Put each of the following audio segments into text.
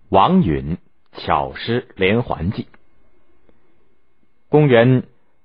王允巧施连环计。公元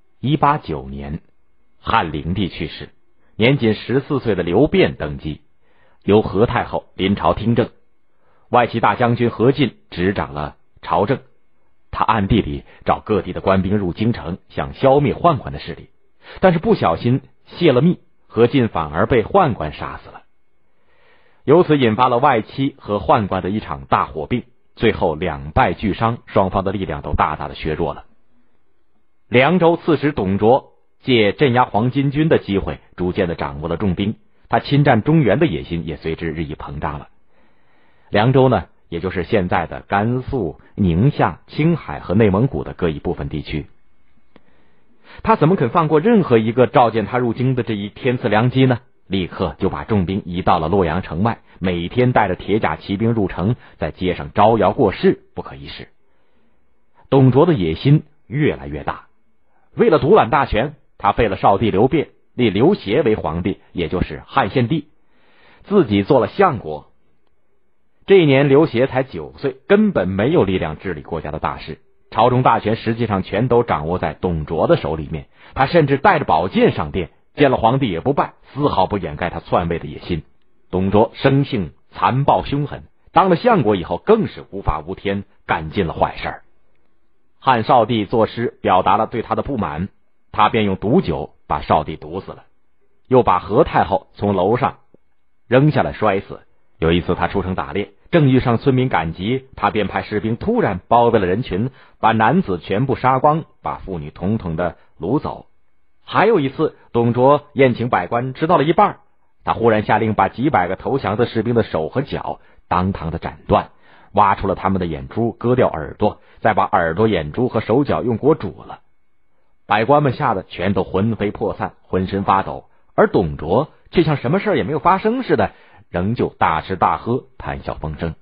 189年，汉灵帝去世，年仅14岁的刘辩登基，由何太后临朝听政。外戚大将军何进执掌了朝政，他暗地里找各地的官兵入京城，想消灭宦官的势力，但是不小心泄了密，何进反而被宦官杀死了。由此引发了外戚和宦官的一场大火并，最后两败俱伤，双方的力量都大大的削弱了。凉州刺史董卓借镇压黄巾军的机会，逐渐的掌握了重兵，他侵占中原的野心也随之日益膨胀了。凉州呢，也就是现在的甘肃、宁夏、青海和内蒙古的各一部分地区。他怎么肯放过任何一个召见他入京的这一天赐良机呢？立刻就把重兵移到了洛阳城外，每天带着铁甲骑兵入城，在街上招摇过市，不可一世。董卓的野心越来越大，为了独揽大权，他废了少帝刘辩，立刘协为皇帝，也就是汉献帝，自己做了相国。这一年刘协才9岁，根本没有力量治理国家的大事，朝中大权实际上全都掌握在董卓的手里面。他甚至带着宝剑上殿，见了皇帝也不拜，丝毫不掩盖他篡位的野心。董卓生性残暴凶狠，当了相国以后更是无法无天，干尽了坏事。汉少帝作诗表达了对他的不满，他便用毒酒把少帝毒死了，又把何太后从楼上扔下来摔死。有一次他出城打猎，正遇上村民赶集，他便派士兵突然包围了人群，把男子全部杀光，把妇女统统的掳走。还有一次，董卓宴请百官，吃到了一半，他忽然下令把几百个投降的士兵的手和脚当堂的斩断，挖出了他们的眼珠，割掉耳朵，再把耳朵、眼珠和手脚用锅煮了。百官们吓得全都魂飞魄散，浑身发抖，而董卓却像什么事也没有发生似的，仍旧大吃大喝，谈笑风生。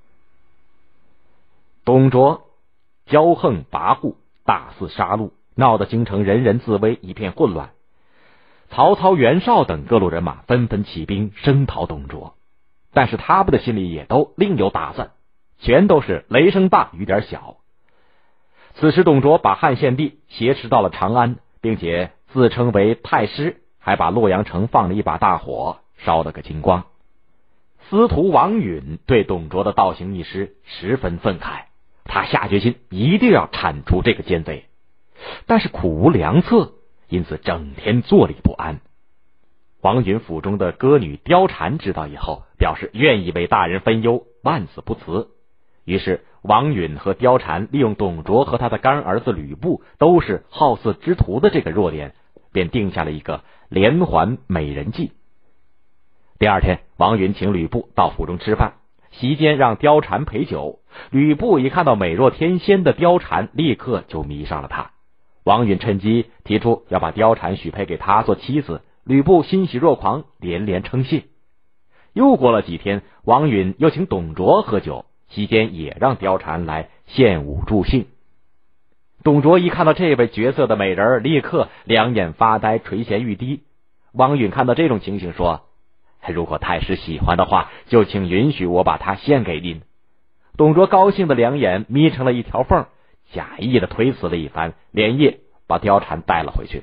董卓骄横跋扈，大肆杀戮，闹得京城人人自危，一片混乱。曹操、袁绍等各路人马纷纷起兵声讨董卓，但是他们的心里也都另有打算，全都是雷声大雨点小。此时董卓把汉献帝挟持到了长安，并且自称为太师，还把洛阳城放了一把大火，烧了个精光。司徒王允对董卓的倒行逆施十分愤慨，他下决心一定要铲除这个奸贼，但是苦无良策，因此整天坐立不安。王允府中的歌女貂蝉知道以后，表示愿意为大人分忧，万死不辞。于是王允和貂蝉利用董卓和他的干儿子吕布都是好色之徒的这个弱点，便定下了一个连环美人计。第二天，王允请吕布到府中吃饭，席间让貂蝉陪酒。吕布一看到美若天仙的貂蝉，立刻就迷上了她。王允趁机提出要把貂蝉许配给他做妻子，吕布欣喜若狂，连连称谢。又过了几天，王允又请董卓喝酒，席间也让貂蝉来献舞助兴。董卓一看到这位绝色的美人，立刻两眼发呆，垂涎欲滴。王允看到这种情形说，如果太师喜欢的话，就请允许我把她献给您。董卓高兴的两眼眯成了一条缝，假意的推辞了一番，连夜把貂蝉带了回去。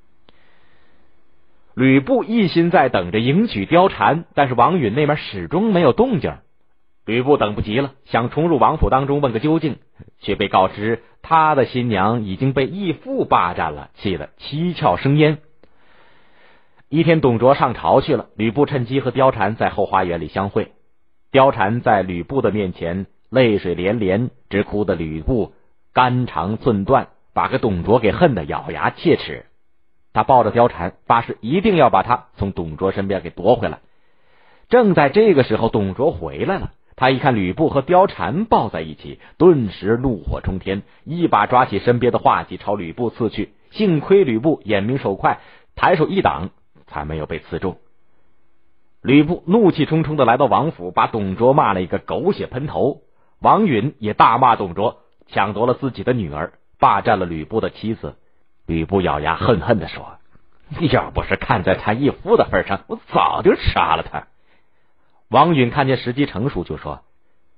吕布一心在等着迎娶貂蝉，但是王允那边始终没有动静。吕布等不及了，想冲入王府当中问个究竟，却被告知他的新娘已经被义父霸占了，气得七窍生烟。一天董卓上朝去了，吕布趁机和貂蝉在后花园里相会。貂蝉在吕布的面前泪水连连，直哭得吕布肝肠寸断，把个董卓给恨得咬牙切齿。他抱着貂蝉，发誓一定要把她从董卓身边给夺回来。正在这个时候，董卓回来了，他一看吕布和貂蝉抱在一起，顿时怒火冲天，一把抓起身边的画戟朝吕布刺去。幸亏吕布眼明手快，抬手一挡，才没有被刺中。吕布怒气冲冲的来到王府，把董卓骂了一个狗血喷头。王允也大骂董卓抢夺了自己的女儿，霸占了吕布的妻子。吕布咬牙恨恨地说，要不是看在他义父的份上，我早就杀了他。王允看见时机成熟，就说，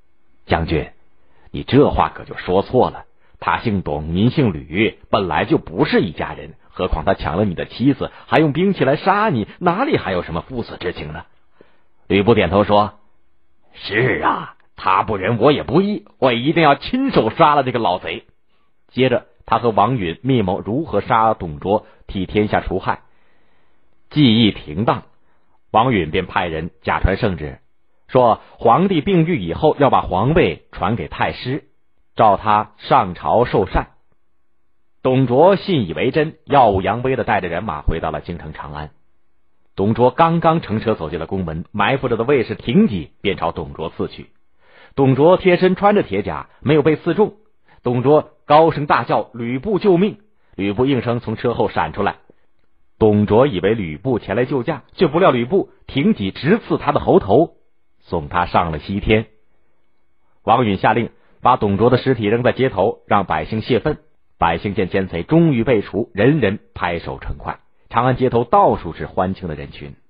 将军，你这话可就说错了，他姓董，您姓吕，本来就不是一家人，何况他抢了你的妻子，还用兵器来杀你，哪里还有什么父子之情呢？吕布点头说，是啊，他不仁我也不义，我一定要亲手杀了这个老贼。接着他和王允密谋如何杀董卓，替天下除害。计议停当，王允便派人假传圣旨，说皇帝病愈以后要把皇位传给太师，召他上朝受禅。董卓信以为真，耀武扬威的带着人马回到了京城长安。董卓刚刚乘车走进了宫门，埋伏着的卫士廷己便朝董卓刺去。董卓贴身穿着铁甲，没有被刺中。董卓高声大叫，吕布救命！吕布应声从车后闪出来。董卓以为吕布前来救驾，却不料吕布挺戟直刺他的喉头，送他上了西天。王允下令把董卓的尸体扔在街头，让百姓泄愤。百姓见奸贼终于被除，人人拍手称快。长安街头到处是欢庆的人群。